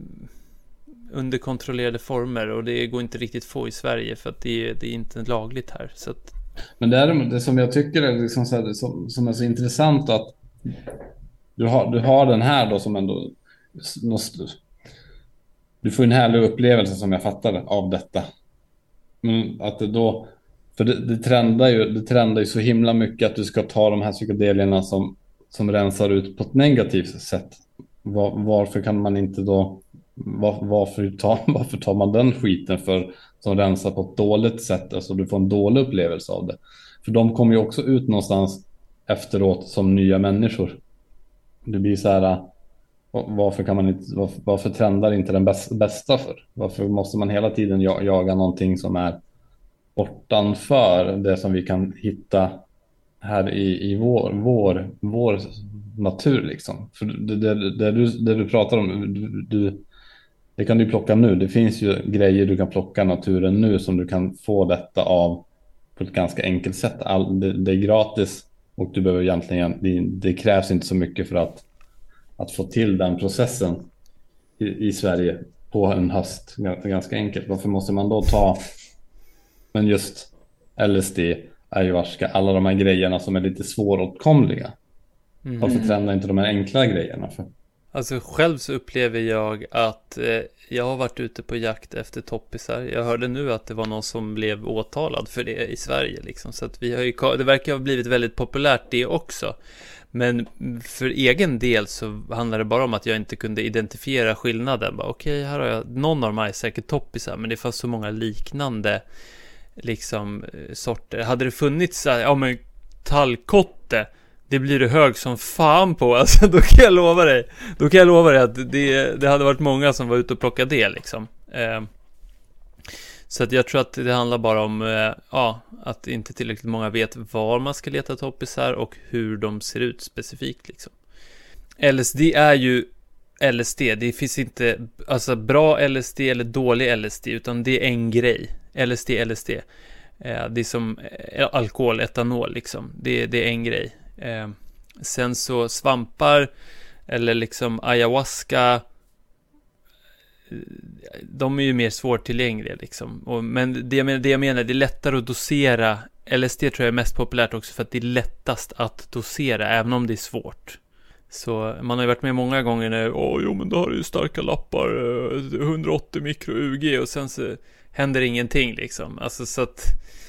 under kontrollerade former, och det går inte riktigt få i Sverige, för att det, det är inte lagligt här, så att Men däremot, det som jag tycker är, liksom så här, som, som är så intressant att du har, du har den här då som ändå... Du får en härlig upplevelse som jag fattar av detta. Men att det då... För det, det, trendar ju, det trendar ju så himla mycket att du ska ta de här psykedelierna som, som rensar ut på ett negativt sätt. Var, varför kan man inte då... Var, varför, tar, varför tar man den skiten för som rensar på ett dåligt sätt? Alltså du får en dålig upplevelse av det. För de kommer ju också ut någonstans efteråt som nya människor. Det blir så här... Varför kan man inte... Varför, varför trendar inte den bästa för? Varför måste man hela tiden jaga någonting som är bortanför det som vi kan hitta här i, i vår, vår, vår natur liksom. För det, det, det, du, det du pratar om, du, du, det kan du plocka nu. Det finns ju grejer du kan plocka naturen nu som du kan få detta av på ett ganska enkelt sätt. All, det, det är gratis och du behöver egentligen, det, det krävs inte så mycket för att, att få till den processen i, i Sverige på en höst. Ganska enkelt. Varför måste man då ta... Men just L S D, ayahuasca, alla de här grejerna som är lite svåråtkomliga. Mm. Varför trendar inte de här enkla grejerna för? Alltså själv så upplever jag att eh, jag har varit ute på jakt efter toppisar. Jag hörde nu att det var någon som blev åtalad för det i Sverige liksom. Så att vi har ju, det verkar ha blivit väldigt populärt det också. Men för egen del så handlar det bara om att jag inte kunde identifiera skillnaden. Okej, okay, här har jag, någon av dem är säkert toppisar, men det fanns så många liknande liksom sorter. Hade det funnits, ja men tallkotte, det blir du hög som fan på, alltså då kan jag lova dig. Då kan jag lova dig att det, det hade varit många som var ute och plockade det liksom. Eh, så att jag tror att det handlar bara om eh, ja, att inte tillräckligt många vet var man ska leta toppisar och hur de ser ut specifikt liksom. L S D är ju L S D, det finns inte alltså bra L S D eller dålig L S D, utan det är en grej. L S D, L S D. Eh, det är som eh, alkohol, etanol liksom. Det, det är en grej. Eh, sen så svampar eller liksom ayahuasca, de är ju mer svårtillgängliga liksom. Och, men det jag, menar, det jag menar, det är lättare att dosera. L S D tror jag är mest populärt också för att det är lättast att dosera, även om det är svårt. Så man har ju varit med många gånger när, åh jo men då har du ju starka lappar, hundraåttio mikro U G, och sen så händer ingenting liksom. Alltså så att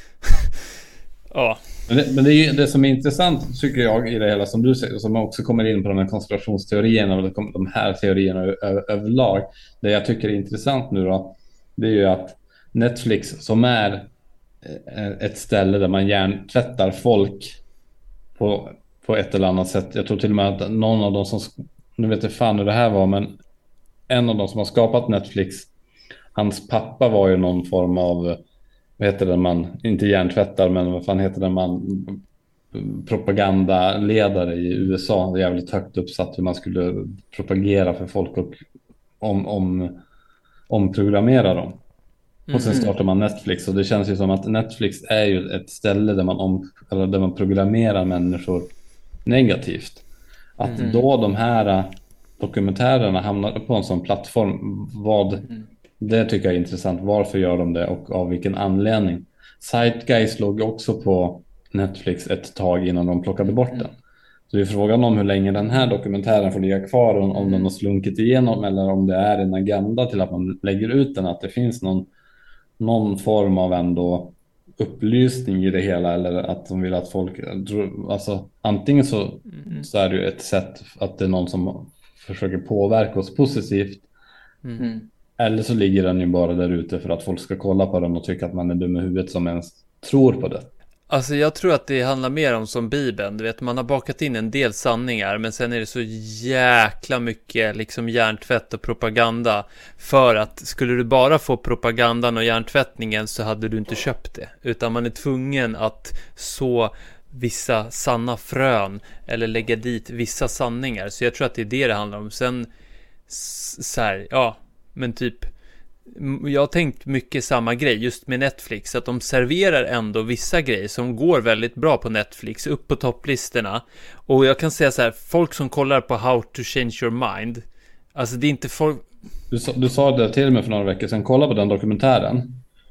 ja. Men, det, men det, är ju, det som är intressant tycker jag i det hela som du säger, som också kommer in på de här konspirationsteorierna och de här teorierna ö- överlag. Det jag tycker är intressant nu då, det är ju att Netflix, som är ett ställe där man hjärntvättar folk på, på ett eller annat sätt. Jag tror till och med att någon av dem som, nu vet jag fan hur det här var, men en av dem som har skapat Netflix, hans pappa var ju någon form av, vad heter det man, inte hjärntvättar, men vad fan heter det man, propagandaledare i U S A, jävligt högt uppsatt hur man skulle propagera för folk och om, om, omprogrammera dem. Mm. Och sen startar man Netflix, och det känns ju som att Netflix är ju ett ställe där man, om, eller där man programmerar människor negativt. Att mm. då de här dokumentärerna hamnar på en sån plattform, vad, mm. det tycker jag är intressant. Varför gör de det och av vilken anledning? Zeitgeist låg också på Netflix ett tag innan de plockade bort den. Så det är frågan om hur länge den här dokumentären får ligga kvar, om, om den har slunkit igenom eller om det är en agenda till att man lägger ut den, att det finns någon, någon form av ändå upplysning i det hela, eller att de vill att folk, alltså antingen så, mm. så är det ju ett sätt att det är någon som försöker påverka oss positivt, mm. eller så ligger den ju bara där ute för att folk ska kolla på den och tycka att man är dum i huvudet som ens tror på det. Alltså jag tror att det handlar mer om som Bibeln, du vet, man har bakat in en del sanningar, men sen är det så jäkla mycket liksom hjärntvätt och propaganda, för att skulle du bara få propagandan och hjärntvättningen så hade du inte köpt det, utan man är tvungen att så vissa sanna frön eller lägga dit vissa sanningar. Så jag tror att det är det det handlar om. Sen så här, ja, men typ jag har tänkt mycket samma grej just med Netflix, att de serverar ändå vissa grejer som går väldigt bra på Netflix upp på topplistorna. Och jag kan säga så här, folk som kollar på How to Change Your Mind, alltså det är inte folk... Du sa, du sa det till mig för några veckor sedan, kolla på den dokumentären.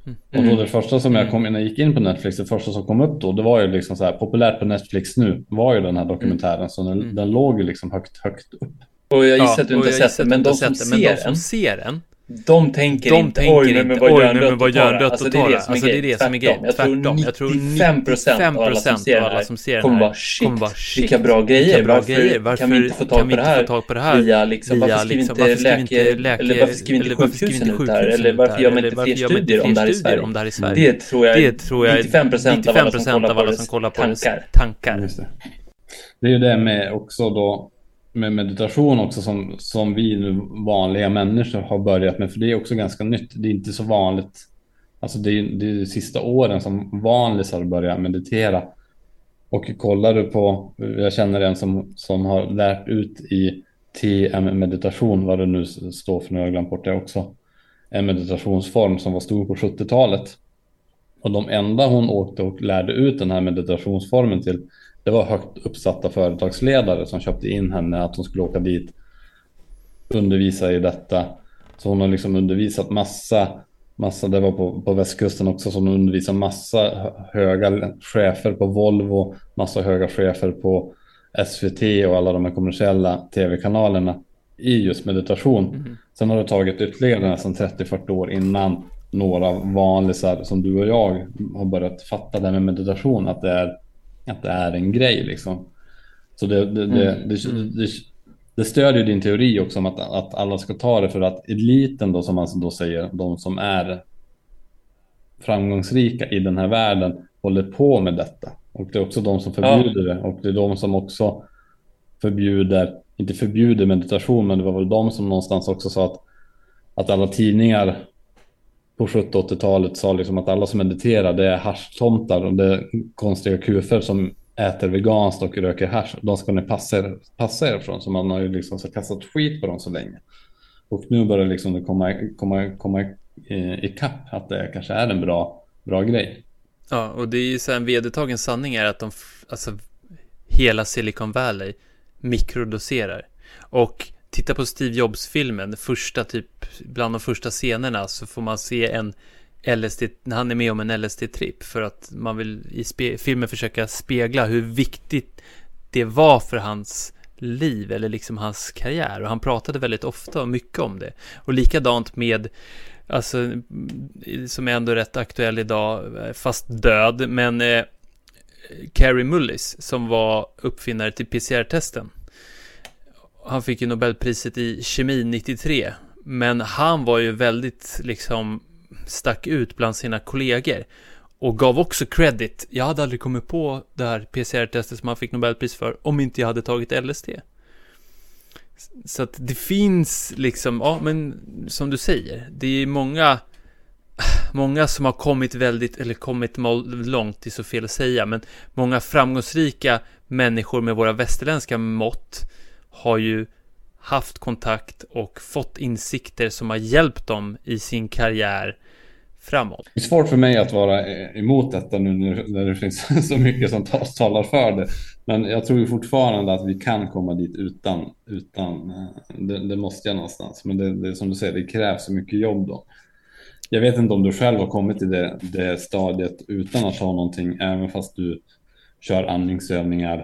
Mm. Och då det första som jag kom, när jag gick in på Netflix, det första som kom upp då, det var ju liksom så här, populärt på Netflix nu, var ju den här dokumentären. Mm. Så den, mm. den låg ju liksom högt, högt upp. Och jag gissar ja, att du inte har sett den, men, de som, men de som ser den, de tänker de inte, tänker oj, men, men vad gör men vad gör dött alltså, och torra? Alltså det är det som är grejen. Jag tror nittiofem procent av alla som ser den här, som ser den här kommer bara, shit, kommer bara shit, vilka bra grejer. Vilka bra varför, grejer. Varför kan vi inte få tag på det här, på det här via, liksom, via varför skriver inte liksom, läke, läke, eller varför skriver inte sjukhusen ut det här? Eller varför gör man inte fler studier om det här i Sverige? Det tror jag nittiofem procent av alla som kollar på tankar. Det är ju det med också då, med meditation också som, som vi nu vanliga människor har börjat med, för det är också ganska nytt. Det är inte så vanligt. Alltså det är, det är de sista åren som vanligt har börjat meditera. Och kollar du på, jag känner en som, som har lärt ut i T M-meditation, vad det nu står för, nu har jag glömt bort det också. En meditationsform som var stor på sjuttiotalet. Och de enda hon åkte och lärde ut den här meditationsformen till, det var högt uppsatta företagsledare som köpte in henne att hon skulle åka dit, undervisa i detta. Så hon har liksom undervisat massa, massa det var på, på västkusten också, så hon undervisar massa höga chefer på Volvo, massa höga chefer på S V T och alla de här kommersiella tv-kanalerna i just meditation. Mm. Sen har det tagit ytterligare nästan trettio till fyrtio år innan några vanliga som du och jag har börjat fatta det med meditation, att det är att det är en grej liksom. Så det, det, det, mm. det, det, det stödjer din teori också om att, att alla ska ta det, för att eliten då, som man då säger, de som är framgångsrika i den här världen håller på med detta. Och det är också de som förbjuder ja. det. Och det är de som också förbjuder, inte förbjuder meditation, men det var väl de som någonstans också sa att, att alla tidningar på sjuttio- och åttiotalet sa liksom att alla som mediterar, det är haschtomtar och det är konstiga kufer som äter veganskt och röker hasch. De ska ni passa er, passa er från, så man har ju liksom så kastat skit på dem så länge. Och nu börjar liksom det komma, komma, komma i kapp att det kanske är en bra, bra grej. Ja, och det är ju så en vedertagen sanning är att de, alltså hela Silicon Valley mikrodoserar. Och titta på Steve Jobs-filmen, första typ, bland de första scenerna så får man se en L S D, när han är med om en L S D-tripp, för att man vill i spe, filmen försöka spegla hur viktigt det var för hans liv eller liksom hans karriär, och han pratade väldigt ofta och mycket om det. Och likadant med, alltså som är ändå rätt aktuell idag, fast död, men eh, Kary Mullis som var uppfinnare till P C R-testen. Han fick ju Nobelpriset i kemi nittiotre, men han var ju väldigt liksom stack ut bland sina kollegor och gav också credit. Jag hade aldrig kommit på det här P C R-testet som han fick Nobelpris för om inte jag hade tagit L S D. Så att det finns liksom, ja men som du säger, det är många många som har kommit väldigt, eller kommit långt, det är så fel att säga, men många framgångsrika människor med våra västerländska mått har ju haft kontakt och fått insikter som har hjälpt dem i sin karriär framåt. Det är svårt för mig att vara emot detta nu när det finns så mycket som talar för det. Men jag tror ju fortfarande att vi kan komma dit utan, utan det, det måste jag någonstans. Men det, det som du säger, det krävs så mycket jobb då. Jag vet inte om du själv har kommit till det, det stadiet utan att ha någonting, även fast du kör andningsövningar,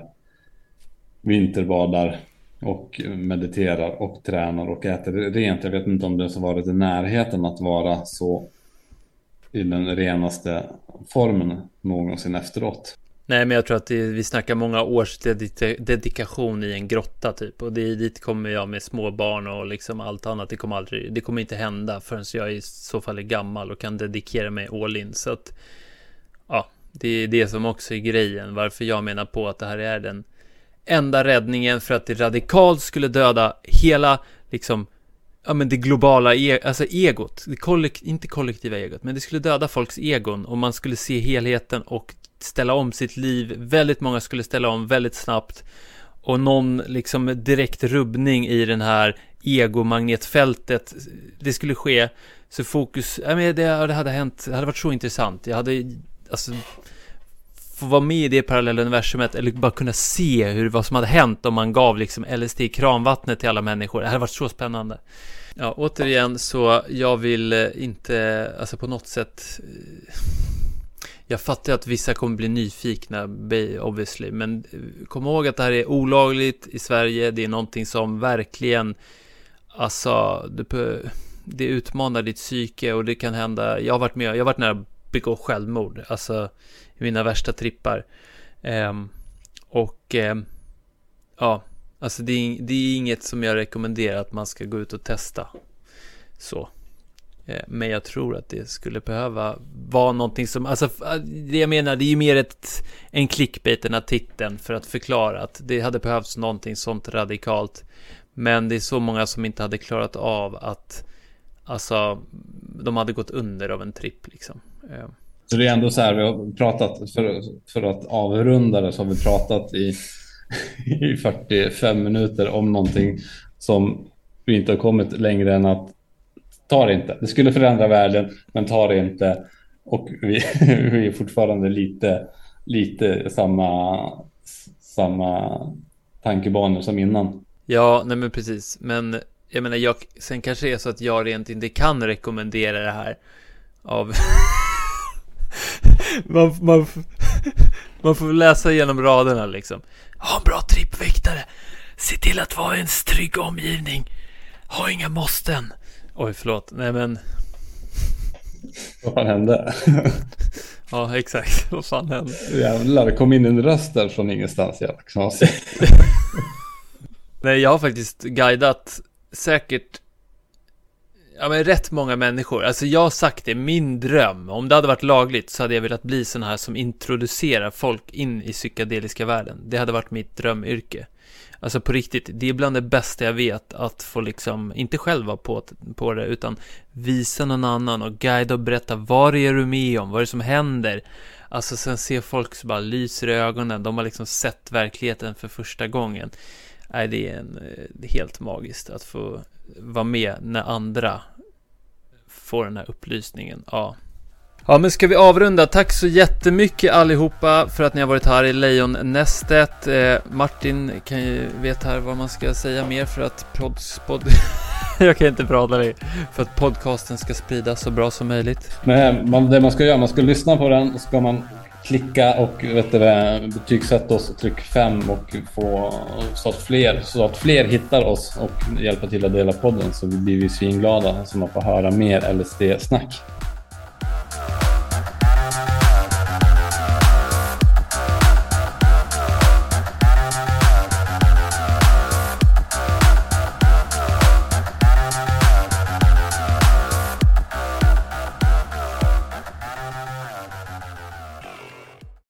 vinterbadar och mediterar och tränar och äter rent. Jag vet inte om det har varit i närheten att vara så i den renaste formen någonsin efteråt. Nej, men jag tror att det, vi snackar många års dedika- dedikation i en grotta typ, och det är dit kommer jag med små barn och liksom allt annat. Det kommer aldrig, det kommer inte hända förrän jag i så fall är gammal och kan dedikera mig all in. Så att ja, det är det som också är grejen, varför jag menar på att det här är den enda räddningen, för att det radikalt skulle döda hela liksom, ja men det globala e- alltså egot, det kollek- inte kollektiva egot, men det skulle döda folks egon och man skulle se helheten och ställa om sitt liv. Väldigt många skulle ställa om väldigt snabbt, och någon liksom direkt rubbning i den här egomagnetfältet, det skulle ske. Så fokus, ja men det, det hade hänt, det hade varit så intressant. Jag hade alltså få vara med i det parallella universumet, eller bara kunna se hur, vad som hade hänt om man gav liksom L S D i kranvattnet till alla människor. Det hade varit så spännande. Ja, återigen så jag vill inte, alltså på något sätt, jag fattar att vissa kommer bli nyfikna, obviously, men kom ihåg att det här är olagligt i Sverige, det är någonting som verkligen, alltså, det, det utmanar ditt psyke och det kan hända, jag har varit med, jag har varit nära att begå självmord, alltså i mina värsta trippar, um, och um, ja, alltså det är, det är inget som jag rekommenderar att man ska gå ut och testa så. Men jag tror att det skulle behöva vara någonting som, alltså det jag menar, det är ju mer ett, en clickbait än titeln för att förklara att det hade behövts någonting sånt radikalt. Men det är så många som inte hade klarat av att, alltså de hade gått under av en tripp liksom. Så det är ändå så här, vi har pratat, för, för att avrunda det så har vi pratat i, i fyrtiofem minuter om någonting som vi inte har kommit längre än att ta det inte. Det skulle förändra världen, men ta det inte. Och vi, vi är fortfarande lite, lite samma, samma tankebanor som innan. Ja, nej men precis. Men jag menar, jag, sen kanske det är så att jag rent inte kan rekommendera det här av... man, man, man får läsa igenom raderna liksom. Ha en bra trippväktare. Se till att vara en trygg omgivning. Ha inga måsten. Oj, förlåt. Nej, men... Vad fan hände? Ja, exakt. Vad fan hände? Jävlar, det kom in en röst där från ingenstans. Jävla knasigt. Nej, jag har faktiskt guidat säkert ja, men rätt många människor. Alltså jag har sagt det, min dröm. Om det hade varit lagligt så hade jag velat bli sån här som introducerar folk in i psykedeliska världen. Det hade varit mitt drömyrke. Alltså på riktigt, det är bland det bästa jag vet att få liksom, inte själv vara på, på det, utan visa någon annan och guida och berätta vad är du med om, vad är det som händer. Alltså sen ser folk så bara lyser i ögonen, de har liksom sett verkligheten för första gången. Nej, det är, en, det är helt magiskt att få vara med när andra får den här upplysningen. Ja. Ja, men ska vi avrunda? Tack så jättemycket allihopa för att ni har varit här i Lejonnästet. Eh, Martin kan ju veta här vad man ska säga mer för att pod, pod jag kan inte prata det för att podcasten ska spridas så bra som möjligt. Nej, man, det man ska göra, man ska lyssna på den, ska man klicka och vet du, betygsätta oss och tryck fem och få så att fler så att fler hittar oss och hjälpa till att dela podden, så blir vi svinglada så man får höra mer L S D-snack.